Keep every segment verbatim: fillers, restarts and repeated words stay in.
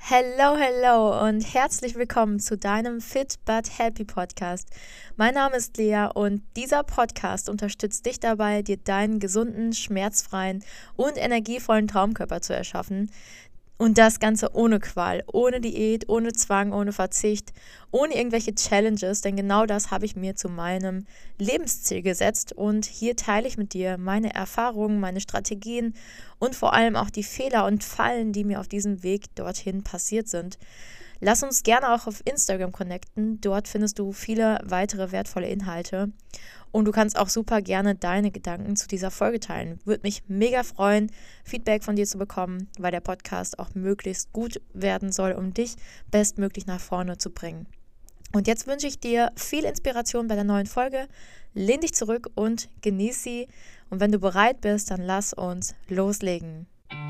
Hello, hello und herzlich willkommen zu deinem Fit but Happy Podcast. Mein Name ist Lea und dieser Podcast unterstützt dich dabei, dir deinen gesunden, schmerzfreien und energievollen Traumkörper zu erschaffen. Und das Ganze ohne Qual, ohne Diät, ohne Zwang, ohne Verzicht, ohne irgendwelche Challenges, denn genau das habe ich mir zu meinem Lebensziel gesetzt und hier teile ich mit dir meine Erfahrungen, meine Strategien und vor allem auch die Fehler und Fallen, die mir auf diesem Weg dorthin passiert sind. Lass uns gerne auch auf Instagram connecten, dort findest du viele weitere wertvolle Inhalte. Und du kannst auch super gerne deine Gedanken zu dieser Folge teilen. Würde mich mega freuen, Feedback von dir zu bekommen, weil der Podcast auch möglichst gut werden soll, um dich bestmöglich nach vorne zu bringen. Und jetzt wünsche ich dir viel Inspiration bei der neuen Folge. Lehn dich zurück und genieß sie. Und wenn du bereit bist, dann lass uns loslegen.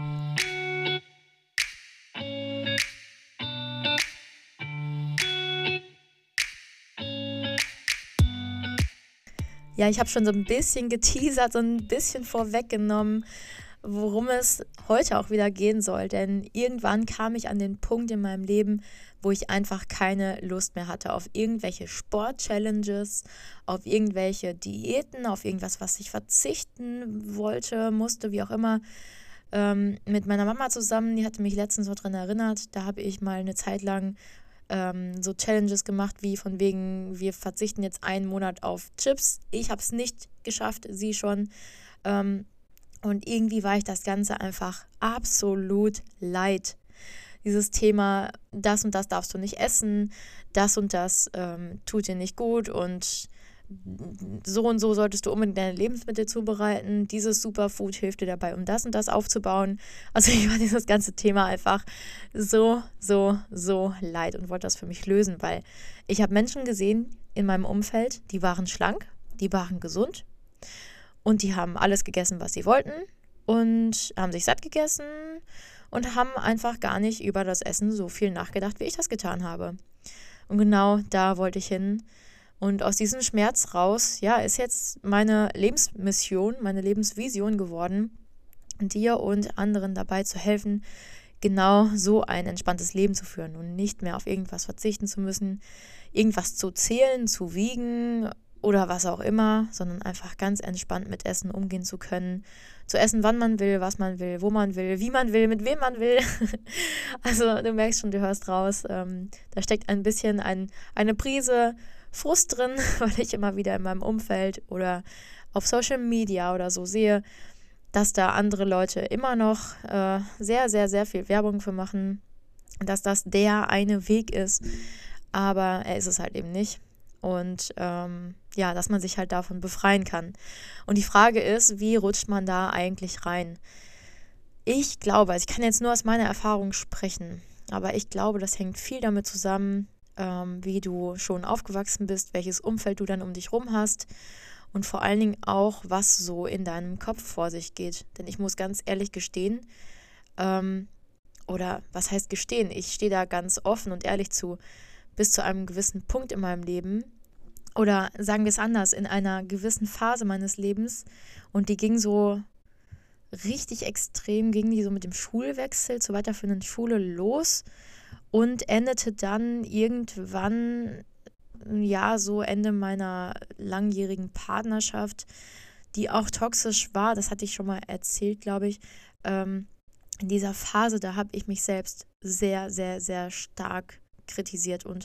Ja, ich habe schon so ein bisschen geteasert, so ein bisschen vorweggenommen, worum es heute auch wieder gehen soll. Denn irgendwann kam ich an den Punkt in meinem Leben, wo ich einfach keine Lust mehr hatte auf irgendwelche Sport-Challenges, auf irgendwelche Diäten, auf irgendwas, was ich verzichten wollte, musste, wie auch immer. Ähm, mit meiner Mama zusammen, die hatte mich letztens so dran erinnert, da habe ich mal eine Zeit lang ähm, so Challenges gemacht, wie von wegen, wir verzichten jetzt einen Monat auf Chips. Ich habe es nicht geschafft, sie schon. Ähm, und irgendwie war ich das Ganze einfach absolut leid. Dieses Thema, das und das darfst du nicht essen, das und das ähm, tut dir nicht gut und so und so solltest du unbedingt deine Lebensmittel zubereiten. Dieses Superfood hilft dir dabei, um das und das aufzubauen. Also ich war dieses ganze Thema einfach so, so, so leid und wollte das für mich lösen, weil ich habe Menschen gesehen in meinem Umfeld, die waren schlank, die waren gesund und die haben alles gegessen, was sie wollten und haben sich satt gegessen und haben einfach gar nicht über das Essen so viel nachgedacht, wie ich das getan habe. Und genau da wollte ich hin. Und aus diesem Schmerz raus, ja, ist jetzt meine Lebensmission, meine Lebensvision geworden, dir und anderen dabei zu helfen, genau so ein entspanntes Leben zu führen und nicht mehr auf irgendwas verzichten zu müssen, irgendwas zu zählen, zu wiegen oder was auch immer, sondern einfach ganz entspannt mit Essen umgehen zu können, zu essen, wann man will, was man will, wo man will, wie man will, mit wem man will. Also du merkst schon, du hörst raus, ähm, da steckt ein bisschen ein, eine Prise Frust drin, weil ich immer wieder in meinem Umfeld oder auf Social Media oder so sehe, dass da andere Leute immer noch äh, sehr, sehr, sehr viel Werbung für machen, dass das der eine Weg ist, aber er ist es halt eben nicht. Und ähm, ja, dass man sich halt davon befreien kann. Und die Frage ist, wie rutscht man da eigentlich rein? Ich glaube, also ich kann jetzt nur aus meiner Erfahrung sprechen, aber ich glaube, das hängt viel damit zusammen, ähm, wie du schon aufgewachsen bist, welches Umfeld du dann um dich rum hast und vor allen Dingen auch, was so in deinem Kopf vor sich geht. Denn ich muss ganz ehrlich gestehen, ähm, oder was heißt gestehen? Ich stehe da ganz offen und ehrlich zu, bis zu einem gewissen Punkt in meinem Leben oder sagen wir es anders, in einer gewissen Phase meines Lebens und die ging so richtig extrem, ging die so mit dem Schulwechsel zur weiterführenden Schule los und endete dann irgendwann, ja, so Ende meiner langjährigen Partnerschaft, die auch toxisch war, das hatte ich schon mal erzählt, glaube ich, ähm, in dieser Phase, da habe ich mich selbst sehr, sehr, sehr stark kritisiert und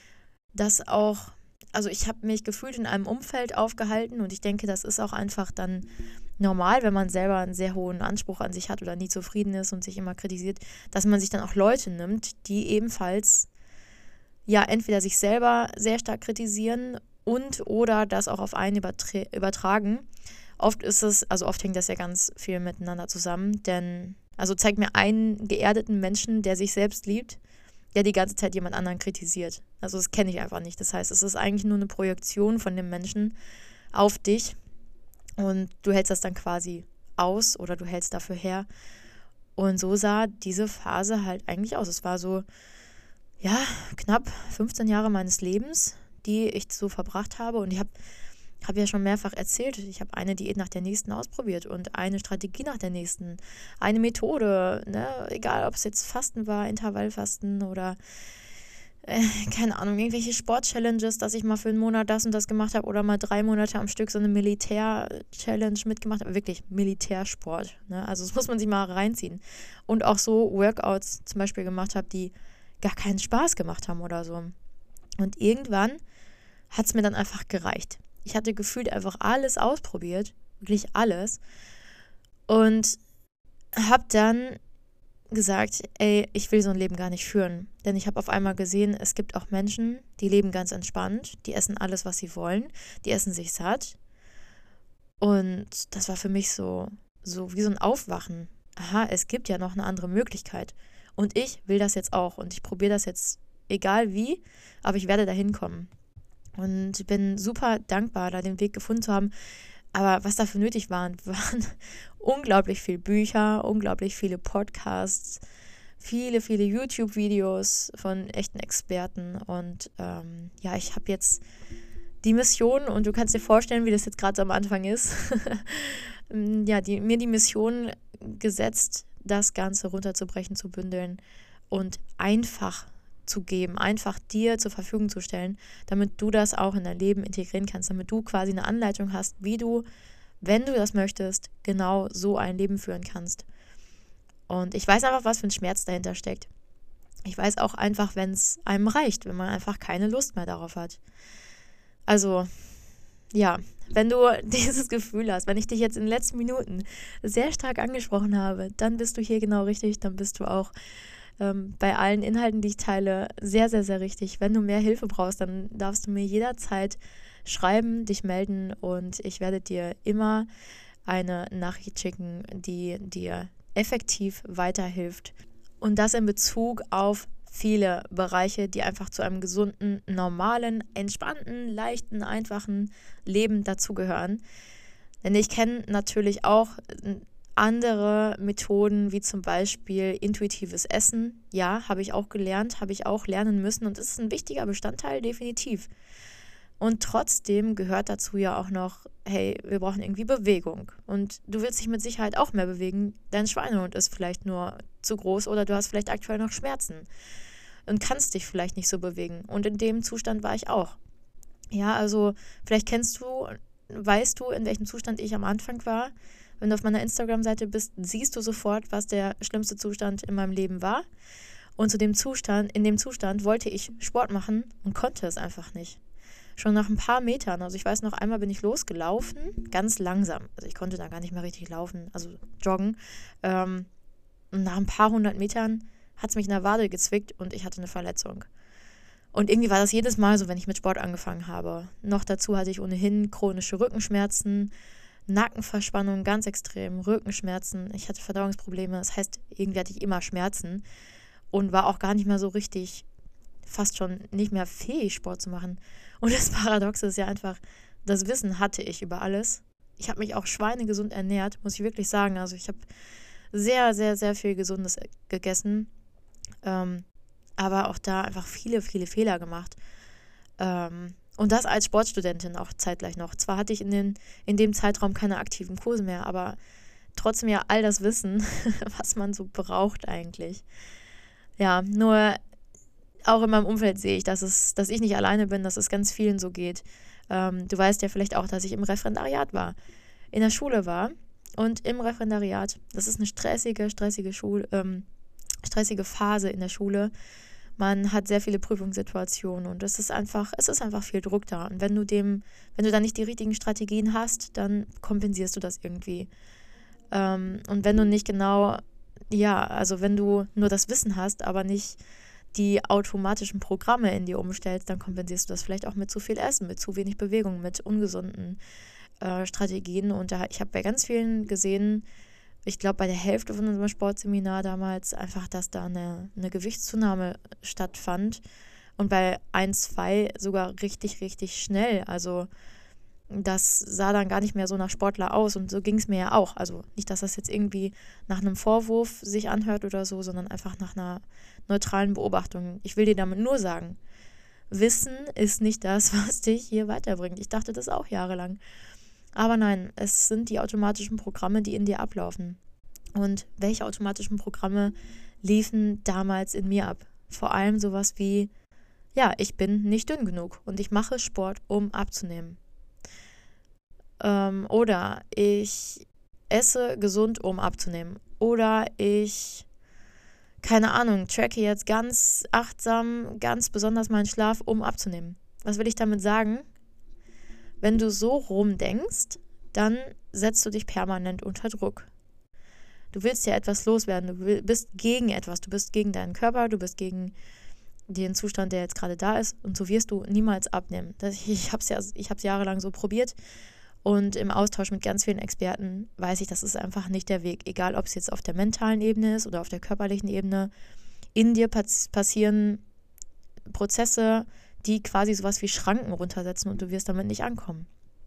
das auch, also ich habe mich gefühlt in einem Umfeld aufgehalten und ich denke, das ist auch einfach dann normal, wenn man selber einen sehr hohen Anspruch an sich hat oder nie zufrieden ist und sich immer kritisiert, dass man sich dann auch Leute nimmt, die ebenfalls ja entweder sich selber sehr stark kritisieren und oder das auch auf einen übertra- übertragen. Oft ist es, also oft hängt das ja ganz viel miteinander zusammen, denn also zeig mir einen geerdeten Menschen, der sich selbst liebt, der die ganze Zeit jemand anderen kritisiert. Also das kenne ich einfach nicht. Das heißt, es ist eigentlich nur eine Projektion von dem Menschen auf dich und du hältst das dann quasi aus oder du hältst dafür her. Und so sah diese Phase halt eigentlich aus. Es war so, ja, knapp fünfzehn Jahre meines Lebens, die ich so verbracht habe und ich habe habe ja schon mehrfach erzählt, ich habe eine Diät nach der nächsten ausprobiert und eine Strategie nach der nächsten, eine Methode, ne? Egal ob es jetzt Fasten war, Intervallfasten oder äh, keine Ahnung, irgendwelche Sport-Challenges, dass ich mal für einen Monat das und das gemacht habe oder mal drei Monate am Stück so eine Militär-Challenge mitgemacht habe, wirklich Militärsport, ne? Also das muss man sich mal reinziehen. Und auch so Workouts zum Beispiel gemacht habe, die gar keinen Spaß gemacht haben oder so. Und irgendwann hat es mir dann einfach gereicht. Ich hatte gefühlt einfach alles ausprobiert, wirklich alles. Und habe dann gesagt, ey, ich will so ein Leben gar nicht führen. Denn ich habe auf einmal gesehen, es gibt auch Menschen, die leben ganz entspannt, die essen alles, was sie wollen, die essen sich satt. Und das war für mich so, so wie so ein Aufwachen. Aha, es gibt ja noch eine andere Möglichkeit. Und ich will das jetzt auch. Und ich probiere das jetzt, egal wie, aber ich werde da hinkommen. Und ich bin super dankbar, da den Weg gefunden zu haben. Aber was dafür nötig waren, waren unglaublich viele Bücher, unglaublich viele Podcasts, viele, viele YouTube-Videos von echten Experten. Und ähm, ja, ich habe jetzt die Mission, und du kannst dir vorstellen, wie das jetzt gerade so am Anfang ist, ja, die, mir die Mission gesetzt, das Ganze runterzubrechen, zu bündeln und einfach zu geben, einfach dir zur Verfügung zu stellen, damit du das auch in dein Leben integrieren kannst, damit du quasi eine Anleitung hast, wie du, wenn du das möchtest, genau so ein Leben führen kannst. Und ich weiß einfach, was für ein Schmerz dahinter steckt. Ich weiß auch einfach, wenn es einem reicht, wenn man einfach keine Lust mehr darauf hat. Also, ja, wenn du dieses Gefühl hast, wenn ich dich jetzt in den letzten Minuten sehr stark angesprochen habe, dann bist du hier genau richtig, dann bist du auch ähm, bei allen Inhalten, die ich teile, sehr, sehr, sehr richtig. Wenn du mehr Hilfe brauchst, dann darfst du mir jederzeit schreiben, dich melden, und ich werde dir immer eine Nachricht schicken, die dir effektiv weiterhilft. Und das in Bezug auf viele Bereiche, die einfach zu einem gesunden, normalen, entspannten, leichten, einfachen Leben dazugehören. Denn ich kenne natürlich auch andere Methoden, wie zum Beispiel intuitives Essen. Ja, habe ich auch gelernt, habe ich auch lernen müssen, und das ist ein wichtiger Bestandteil, definitiv. Und trotzdem gehört dazu ja auch noch, hey, wir brauchen irgendwie Bewegung. Und du willst dich mit Sicherheit auch mehr bewegen. Dein Schweinehund ist vielleicht nur zu groß, oder du hast vielleicht aktuell noch Schmerzen und kannst dich vielleicht nicht so bewegen. Und in dem Zustand war ich auch. Ja, also vielleicht kennst du, weißt du, in welchem Zustand ich am Anfang war. Wenn du auf meiner Instagram-Seite bist, siehst du sofort, was der schlimmste Zustand in meinem Leben war. Und zu dem Zustand, in dem Zustand wollte ich Sport machen und konnte es einfach nicht. Schon nach ein paar Metern, also ich weiß noch, einmal bin ich losgelaufen, ganz langsam. Also ich konnte da gar nicht mehr richtig laufen, also joggen. Ähm, und nach ein paar hundert Metern hat es mich in der Wade gezwickt und ich hatte eine Verletzung. Und irgendwie war das jedes Mal so, wenn ich mit Sport angefangen habe. Noch dazu hatte ich ohnehin chronische Rückenschmerzen, Nackenverspannung ganz extrem, Rückenschmerzen. Ich hatte Verdauungsprobleme, das heißt, irgendwie hatte ich immer Schmerzen und war auch gar nicht mehr so richtig, fast schon nicht mehr fähig, Sport zu machen. Und das Paradoxe ist ja einfach, das Wissen hatte ich über alles. Ich habe mich auch schweinegesund ernährt, muss ich wirklich sagen. Also ich habe sehr, sehr, sehr viel Gesundes gegessen, ähm, aber auch da einfach viele, viele Fehler gemacht. Ähm, und das als Sportstudentin auch zeitgleich noch. Zwar hatte ich in, den, in dem Zeitraum keine aktiven Kurse mehr, aber trotzdem ja all das Wissen, was man so braucht eigentlich. Ja, nur auch in meinem Umfeld sehe ich, dass, es, dass ich nicht alleine bin, dass es ganz vielen so geht. Ähm, du weißt ja vielleicht auch, dass ich im Referendariat war, in der Schule war. Und im Referendariat, das ist eine stressige, stressige Schule, ähm, stressige Phase in der Schule. Man hat sehr viele Prüfungssituationen und es ist einfach, es ist einfach viel Druck da. Und wenn du dem, wenn du dann nicht die richtigen Strategien hast, dann kompensierst du das irgendwie. Ähm, und wenn du nicht genau, ja, also wenn du nur das Wissen hast, aber nicht die automatischen Programme in dir umstellst, dann kompensierst du das vielleicht auch mit zu viel Essen, mit zu wenig Bewegung, mit ungesunden äh, Strategien. Und da, ich habe bei ganz vielen gesehen, ich glaube bei der Hälfte von unserem Sportseminar damals, einfach, dass da eine, eine Gewichtszunahme stattfand. Und bei ein, zwei sogar richtig, richtig schnell. Also das sah dann gar nicht mehr so nach Sportler aus. Und so ging es mir ja auch. Also nicht, dass das jetzt irgendwie nach einem Vorwurf sich anhört oder so, sondern einfach nach einer neutralen Beobachtung. Ich will dir damit nur sagen, Wissen ist nicht das, was dich hier weiterbringt. Ich dachte das auch jahrelang. Aber nein, es sind die automatischen Programme, die in dir ablaufen. Und welche automatischen Programme liefen damals in mir ab? Vor allem sowas wie, ja, ich bin nicht dünn genug und ich mache Sport, um abzunehmen. Ähm, oder ich esse gesund, um abzunehmen. Oder ich, keine Ahnung, tracke jetzt ganz achtsam, ganz besonders meinen Schlaf, um abzunehmen. Was will ich damit sagen? Wenn du so rumdenkst, dann setzt du dich permanent unter Druck. Du willst ja etwas loswerden, du will, bist gegen etwas, du bist gegen deinen Körper, du bist gegen den Zustand, der jetzt gerade da ist, und so wirst du niemals abnehmen. Das, ich ich habe es ja, ich habe es jahrelang so probiert und im Austausch mit ganz vielen Experten weiß ich, das ist einfach nicht der Weg. Egal, ob es jetzt auf der mentalen Ebene ist oder auf der körperlichen Ebene, in dir pass- passieren Prozesse, die quasi sowas wie Schranken runtersetzen und du wirst damit nicht ankommen.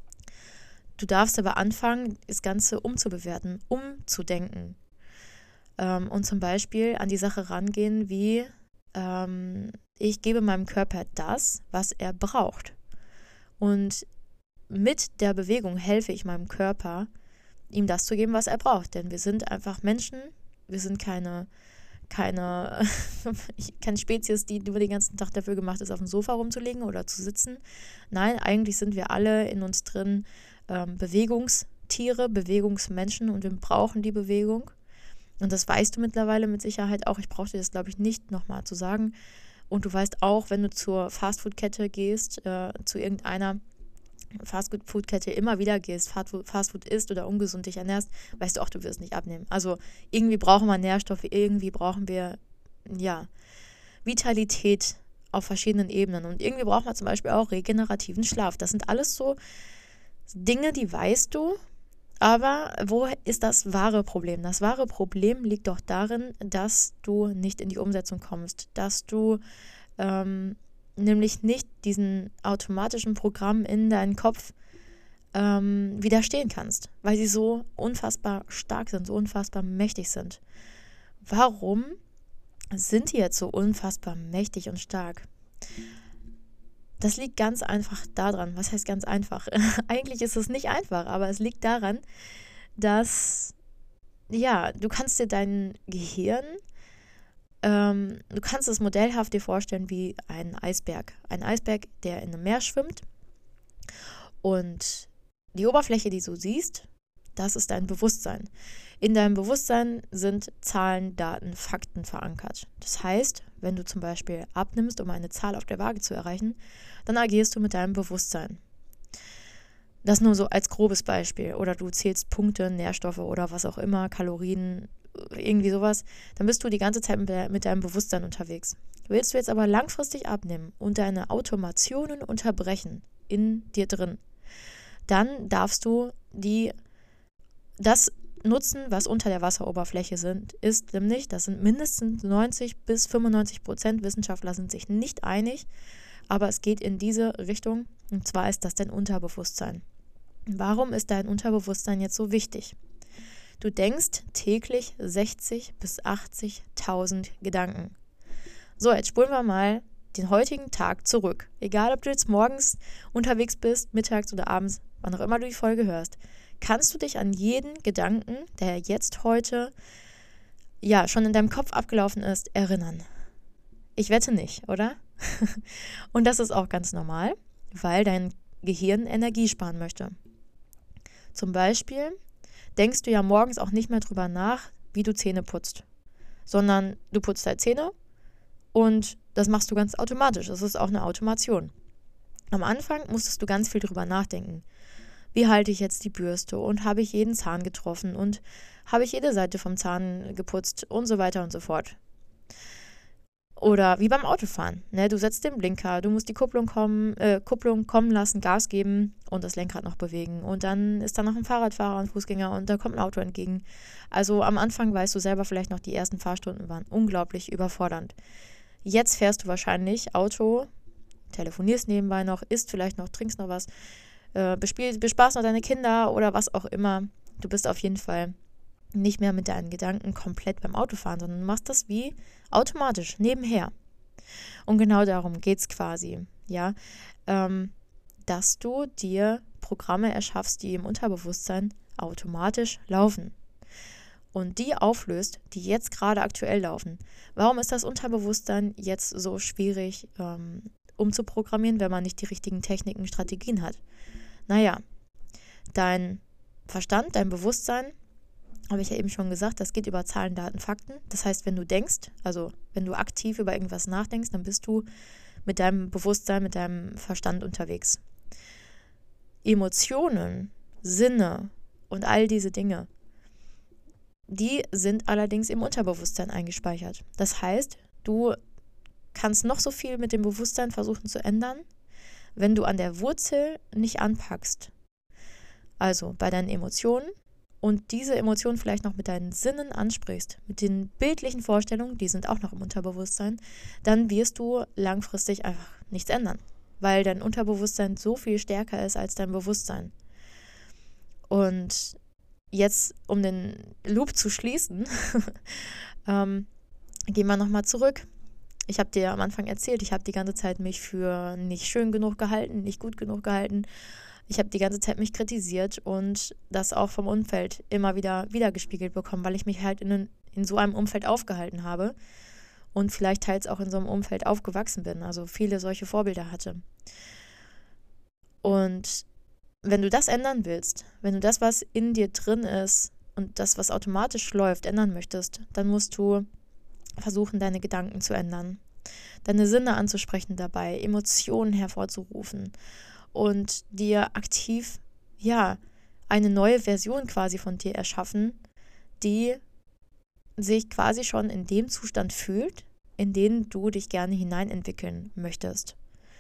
Du darfst aber anfangen, das Ganze umzubewerten, umzudenken ähm, und zum Beispiel an die Sache rangehen, wie ähm, ich gebe meinem Körper das, was er braucht. Und mit der Bewegung helfe ich meinem Körper, ihm das zu geben, was er braucht. Denn wir sind einfach Menschen, wir sind keine, keine, keine Spezies, die nur den ganzen Tag dafür gemacht ist, auf dem Sofa rumzulegen oder zu sitzen. Nein, eigentlich sind wir alle in uns drin ähm, Bewegungstiere, Bewegungsmenschen und wir brauchen die Bewegung. Und das weißt du mittlerweile mit Sicherheit auch. Ich brauche dir das, glaube ich, nicht nochmal zu sagen. Und du weißt auch, wenn du zur Fastfood-Kette gehst, äh, zu irgendeiner Fastfood-Kette immer wieder gehst, Fastfood isst oder ungesund dich ernährst, weißt du auch, du wirst nicht abnehmen. Also irgendwie brauchen wir Nährstoffe, irgendwie brauchen wir, ja, Vitalität auf verschiedenen Ebenen. Und irgendwie braucht man zum Beispiel auch regenerativen Schlaf. Das sind alles so Dinge, die weißt du, aber wo ist das wahre Problem? Das wahre Problem liegt doch darin, dass du nicht in die Umsetzung kommst, dass du ähm, nämlich nicht diesen automatischen Programmen in deinen Kopf ähm, widerstehen kannst, weil sie so unfassbar stark sind, so unfassbar mächtig sind. Warum sind die jetzt so unfassbar mächtig und stark? Das liegt ganz einfach daran. Was heißt ganz einfach? Eigentlich ist es nicht einfach, aber es liegt daran, dass, ja, du kannst dir dein Gehirn, ähm, du kannst es modellhaft dir vorstellen wie ein Eisberg. Ein Eisberg, der in einem Meer schwimmt und die Oberfläche, die du siehst, das ist dein Bewusstsein. In deinem Bewusstsein sind Zahlen, Daten, Fakten verankert. Das heißt, wenn du zum Beispiel abnimmst, um eine Zahl auf der Waage zu erreichen, dann agierst du mit deinem Bewusstsein. Das nur so als grobes Beispiel. Oder du zählst Punkte, Nährstoffe oder was auch immer, Kalorien, irgendwie sowas. Dann bist du die ganze Zeit mit deinem Bewusstsein unterwegs. Willst du jetzt aber langfristig abnehmen und deine Automationen unterbrechen in dir drin, dann darfst du die das nutzen, was unter der Wasseroberfläche sind, ist nämlich, das sind mindestens neunzig bis fünfundneunzig Prozent, Wissenschaftler sind sich nicht einig, aber es geht in diese Richtung, und zwar ist das dein Unterbewusstsein. Warum ist dein Unterbewusstsein jetzt so wichtig? Du denkst täglich sechzig bis achtzigtausend Gedanken. So, jetzt spulen wir mal den heutigen Tag zurück. Egal, ob du jetzt morgens unterwegs bist, mittags oder abends, wann auch immer du die Folge hörst. Kannst du dich an jeden Gedanken, der jetzt heute ja schon in deinem Kopf abgelaufen ist, erinnern? Ich wette nicht, oder? Und das ist auch ganz normal, weil dein Gehirn Energie sparen möchte. Zum Beispiel denkst du ja morgens auch nicht mehr drüber nach, wie du Zähne putzt, sondern du putzt halt Zähne und das machst du ganz automatisch. Das ist auch eine Automation. Am Anfang musstest du ganz viel drüber nachdenken. Wie halte ich jetzt die Bürste und habe ich jeden Zahn getroffen und habe ich jede Seite vom Zahn geputzt und so weiter und so fort. Oder wie beim Autofahren, ne? Du setzt den Blinker, du musst die Kupplung kommen, äh, Kupplung kommen lassen, Gas geben und das Lenkrad noch bewegen. Und dann ist da noch ein Fahrradfahrer und Fußgänger und da kommt ein Auto entgegen. Also am Anfang weißt du selber vielleicht noch, die ersten Fahrstunden waren unglaublich überfordernd. Jetzt fährst du wahrscheinlich Auto, telefonierst nebenbei noch, isst vielleicht noch, trinkst noch was, äh, bespiel, bespaßt noch deine Kinder oder was auch immer. Du bist auf jeden Fall nicht mehr mit deinen Gedanken komplett beim Autofahren, sondern du machst das wie automatisch, nebenher. Und genau darum geht es quasi, ja, ähm, dass du dir Programme erschaffst, die im Unterbewusstsein automatisch laufen und die auflöst, die jetzt gerade aktuell laufen. Warum ist das Unterbewusstsein jetzt so schwierig ähm, umzuprogrammieren, wenn man nicht die richtigen Techniken, Strategien hat? Naja, dein Verstand, dein Bewusstsein, habe ich ja eben schon gesagt, das geht über Zahlen, Daten, Fakten. Das heißt, wenn du denkst, also wenn du aktiv über irgendwas nachdenkst, dann bist du mit deinem Bewusstsein, mit deinem Verstand unterwegs. Emotionen, Sinne und all diese Dinge, die sind allerdings im Unterbewusstsein eingespeichert. Das heißt, du kannst noch so viel mit dem Bewusstsein versuchen zu ändern, wenn du an der Wurzel nicht anpackst. Also bei deinen Emotionen und diese Emotionen vielleicht noch mit deinen Sinnen ansprichst, mit den bildlichen Vorstellungen, die sind auch noch im Unterbewusstsein, dann wirst du langfristig einfach nichts ändern, weil dein Unterbewusstsein so viel stärker ist als dein Bewusstsein. Und jetzt, um den Loop zu schließen, ähm, gehen wir nochmal zurück. Ich habe dir am Anfang erzählt, ich habe die ganze Zeit mich für nicht schön genug gehalten, nicht gut genug gehalten. Ich habe die ganze Zeit mich kritisiert und das auch vom Umfeld immer wieder wiedergespiegelt bekommen, weil ich mich halt in, in so einem Umfeld aufgehalten habe und vielleicht teils auch in so einem Umfeld aufgewachsen bin, also viele solche Vorbilder hatte. Und wenn du das ändern willst, wenn du das, was in dir drin ist und das, was automatisch läuft, ändern möchtest, dann musst du versuchen, deine Gedanken zu ändern, deine Sinne anzusprechen dabei, Emotionen hervorzurufen und dir aktiv, ja, eine neue Version quasi von dir erschaffen, die sich quasi schon in dem Zustand fühlt, in den du dich gerne hineinentwickeln möchtest.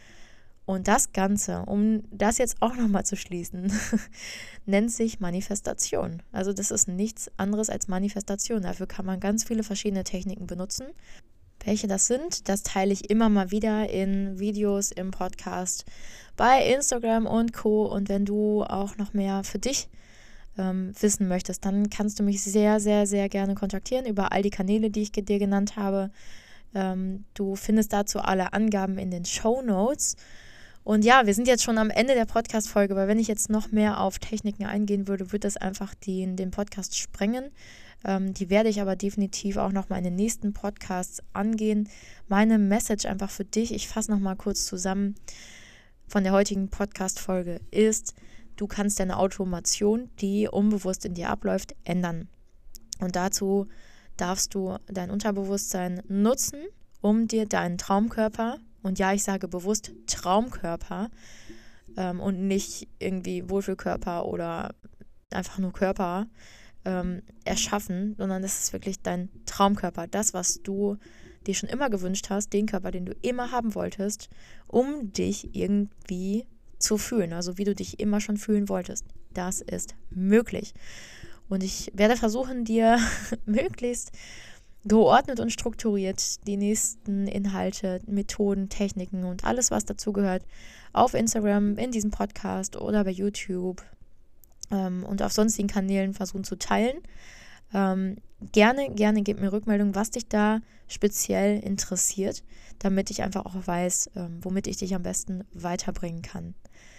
Und das Ganze, um das jetzt auch nochmal zu schließen, nennt sich Manifestation. Also das ist nichts anderes als Manifestation. Dafür kann man ganz viele verschiedene Techniken benutzen. Welche das sind, das teile ich immer mal wieder in Videos, im Podcast, bei Instagram und Co. Und wenn du auch noch mehr für dich ähm, wissen möchtest, dann kannst du mich sehr, sehr, sehr gerne kontaktieren über all die Kanäle, die ich dir genannt habe. Ähm, du findest dazu alle Angaben in den Shownotes. Und ja, wir sind jetzt schon am Ende der Podcast-Folge, weil wenn ich jetzt noch mehr auf Techniken eingehen würde, würde das einfach den, den Podcast sprengen. Ähm, die werde ich aber definitiv auch noch mal in den nächsten Podcasts angehen. Meine Message einfach für dich, ich fasse noch mal kurz zusammen von der heutigen Podcast-Folge, ist, du kannst deine Automation, die unbewusst in dir abläuft, ändern. Und dazu darfst du dein Unterbewusstsein nutzen, um dir deinen Traumkörper, und ja, ich sage bewusst Traumkörper ähm, und nicht irgendwie Wohlfühlkörper oder einfach nur Körper ähm, erschaffen, sondern das ist wirklich dein Traumkörper, das, was du dir schon immer gewünscht hast, den Körper, den du immer haben wolltest, um dich irgendwie zu fühlen, also wie du dich immer schon fühlen wolltest. Das ist möglich. Und ich werde versuchen, dir möglichst geordnet und strukturiert die nächsten Inhalte, Methoden, Techniken und alles, was dazugehört, auf Instagram, in diesem Podcast oder bei YouTube ähm, und auf sonstigen Kanälen versuchen zu teilen. Ähm, gerne, gerne gib mir Rückmeldung, was dich da speziell interessiert, damit ich einfach auch weiß, ähm, womit ich dich am besten weiterbringen kann.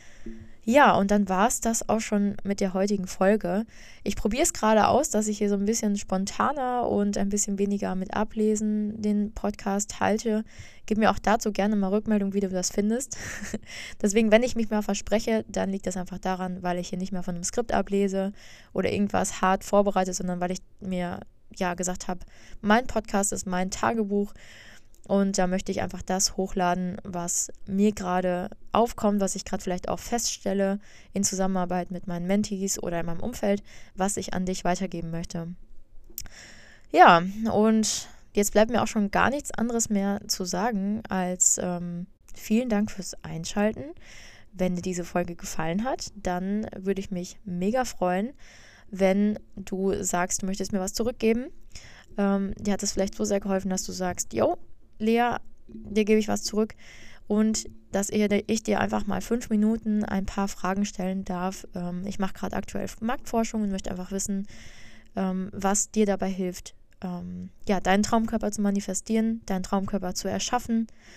Ja, und dann war es das auch schon mit der heutigen Folge. Ich probiere es gerade aus, dass ich hier so ein bisschen spontaner und ein bisschen weniger mit Ablesen den Podcast halte. Gib mir auch dazu gerne mal Rückmeldung, wie du das findest. Deswegen, wenn ich mich mal verspreche, dann liegt das einfach daran, weil ich hier nicht mehr von einem Skript ablese oder irgendwas hart vorbereite, sondern weil ich mir ja gesagt habe, mein Podcast ist mein Tagebuch. Und da möchte ich einfach das hochladen, was mir gerade aufkommt, was ich gerade vielleicht auch feststelle in Zusammenarbeit mit meinen Mentees oder in meinem Umfeld, was ich an dich weitergeben möchte. Ja, und jetzt bleibt mir auch schon gar nichts anderes mehr zu sagen als ähm, vielen Dank fürs Einschalten. Wenn dir diese Folge gefallen hat, dann würde ich mich mega freuen, wenn du sagst, du möchtest mir was zurückgeben. Ähm, dir hat es vielleicht so sehr geholfen, dass du sagst, yo, Lea, dir gebe ich was zurück und dass ich dir einfach mal fünf Minuten ein paar Fragen stellen darf. Ich mache gerade aktuell Marktforschung und möchte einfach wissen, was dir dabei hilft, ja, deinen Traumkörper zu manifestieren, deinen Traumkörper zu erschaffen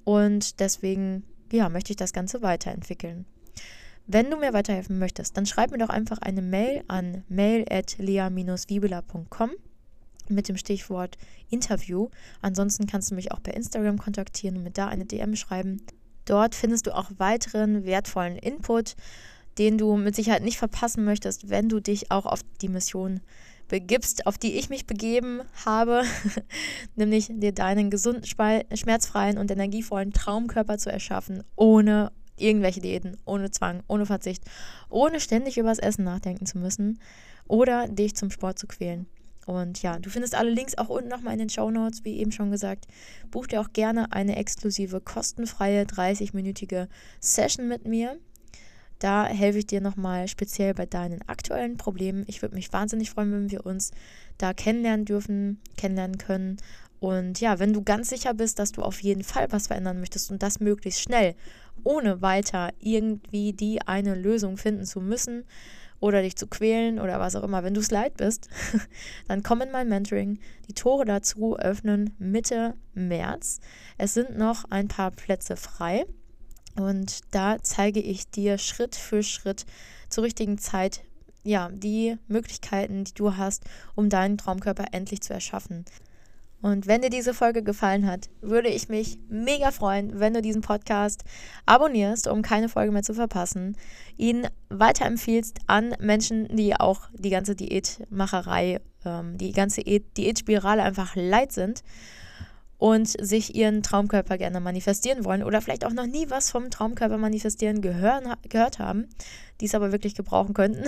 Und deswegen, ja, möchte ich das Ganze weiterentwickeln. Wenn du mir weiterhelfen möchtest, dann schreib mir doch einfach eine Mail an mail at lea dash wiebela punkt com mit dem Stichwort Interview. Ansonsten kannst du mich auch per Instagram kontaktieren und mir da eine D M schreiben. Dort findest du auch weiteren wertvollen Input, den du mit Sicherheit nicht verpassen möchtest, wenn du dich auch auf die Mission begibst, auf die ich mich begeben habe, nämlich dir deinen gesunden, schmerzfreien und energievollen Traumkörper zu erschaffen, ohne irgendwelche Diäten, ohne Zwang, ohne Verzicht, ohne ständig über das Essen nachdenken zu müssen oder dich zum Sport zu quälen. Und ja, du findest alle Links auch unten nochmal in den Shownotes, wie eben schon gesagt. Buch dir auch gerne eine exklusive, kostenfreie, dreißig-minütige Session mit mir. Da helfe ich dir nochmal speziell bei deinen aktuellen Problemen. Ich würde mich wahnsinnig freuen, wenn wir uns da kennenlernen dürfen, kennenlernen können. Und ja, wenn du ganz sicher bist, dass du auf jeden Fall was verändern möchtest und das möglichst schnell, ohne weiter irgendwie die eine Lösung finden zu müssen oder dich zu quälen oder was auch immer, wenn du es leid bist, dann komm in mein Mentoring. Die Tore dazu öffnen Mitte März. Es sind noch ein paar Plätze frei. Und da zeige ich dir Schritt für Schritt zur richtigen Zeit, ja, die Möglichkeiten, die du hast, um deinen Traumkörper endlich zu erschaffen. Und wenn dir diese Folge gefallen hat, würde ich mich mega freuen, wenn du diesen Podcast abonnierst, um keine Folge mehr zu verpassen, ihn weiterempfiehlst an Menschen, die auch die ganze Diätmacherei, ähm, die ganze Diätspirale einfach leid sind und sich ihren Traumkörper gerne manifestieren wollen oder vielleicht auch noch nie was vom Traumkörper manifestieren gehören, gehört haben, die es aber wirklich gebrauchen könnten.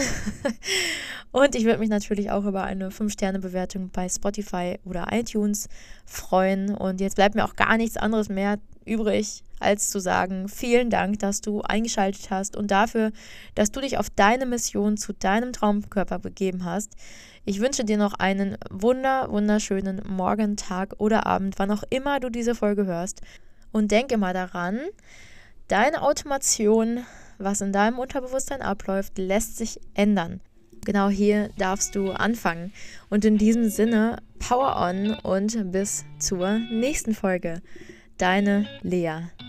Und ich würde mich natürlich auch über eine fünf Sterne Bewertung bei Spotify oder iTunes freuen. Und jetzt bleibt mir auch gar nichts anderes mehr übrig, als zu sagen, vielen Dank, dass du eingeschaltet hast und dafür, dass du dich auf deine Mission zu deinem Traumkörper begeben hast. Ich wünsche dir noch einen wunder, wunderschönen Morgen, Tag oder Abend, wann auch immer du diese Folge hörst. Und denke mal daran, deine Automation, was in deinem Unterbewusstsein abläuft, lässt sich ändern. Genau hier darfst du anfangen. Und in diesem Sinne, Power on und bis zur nächsten Folge. Deine Lea.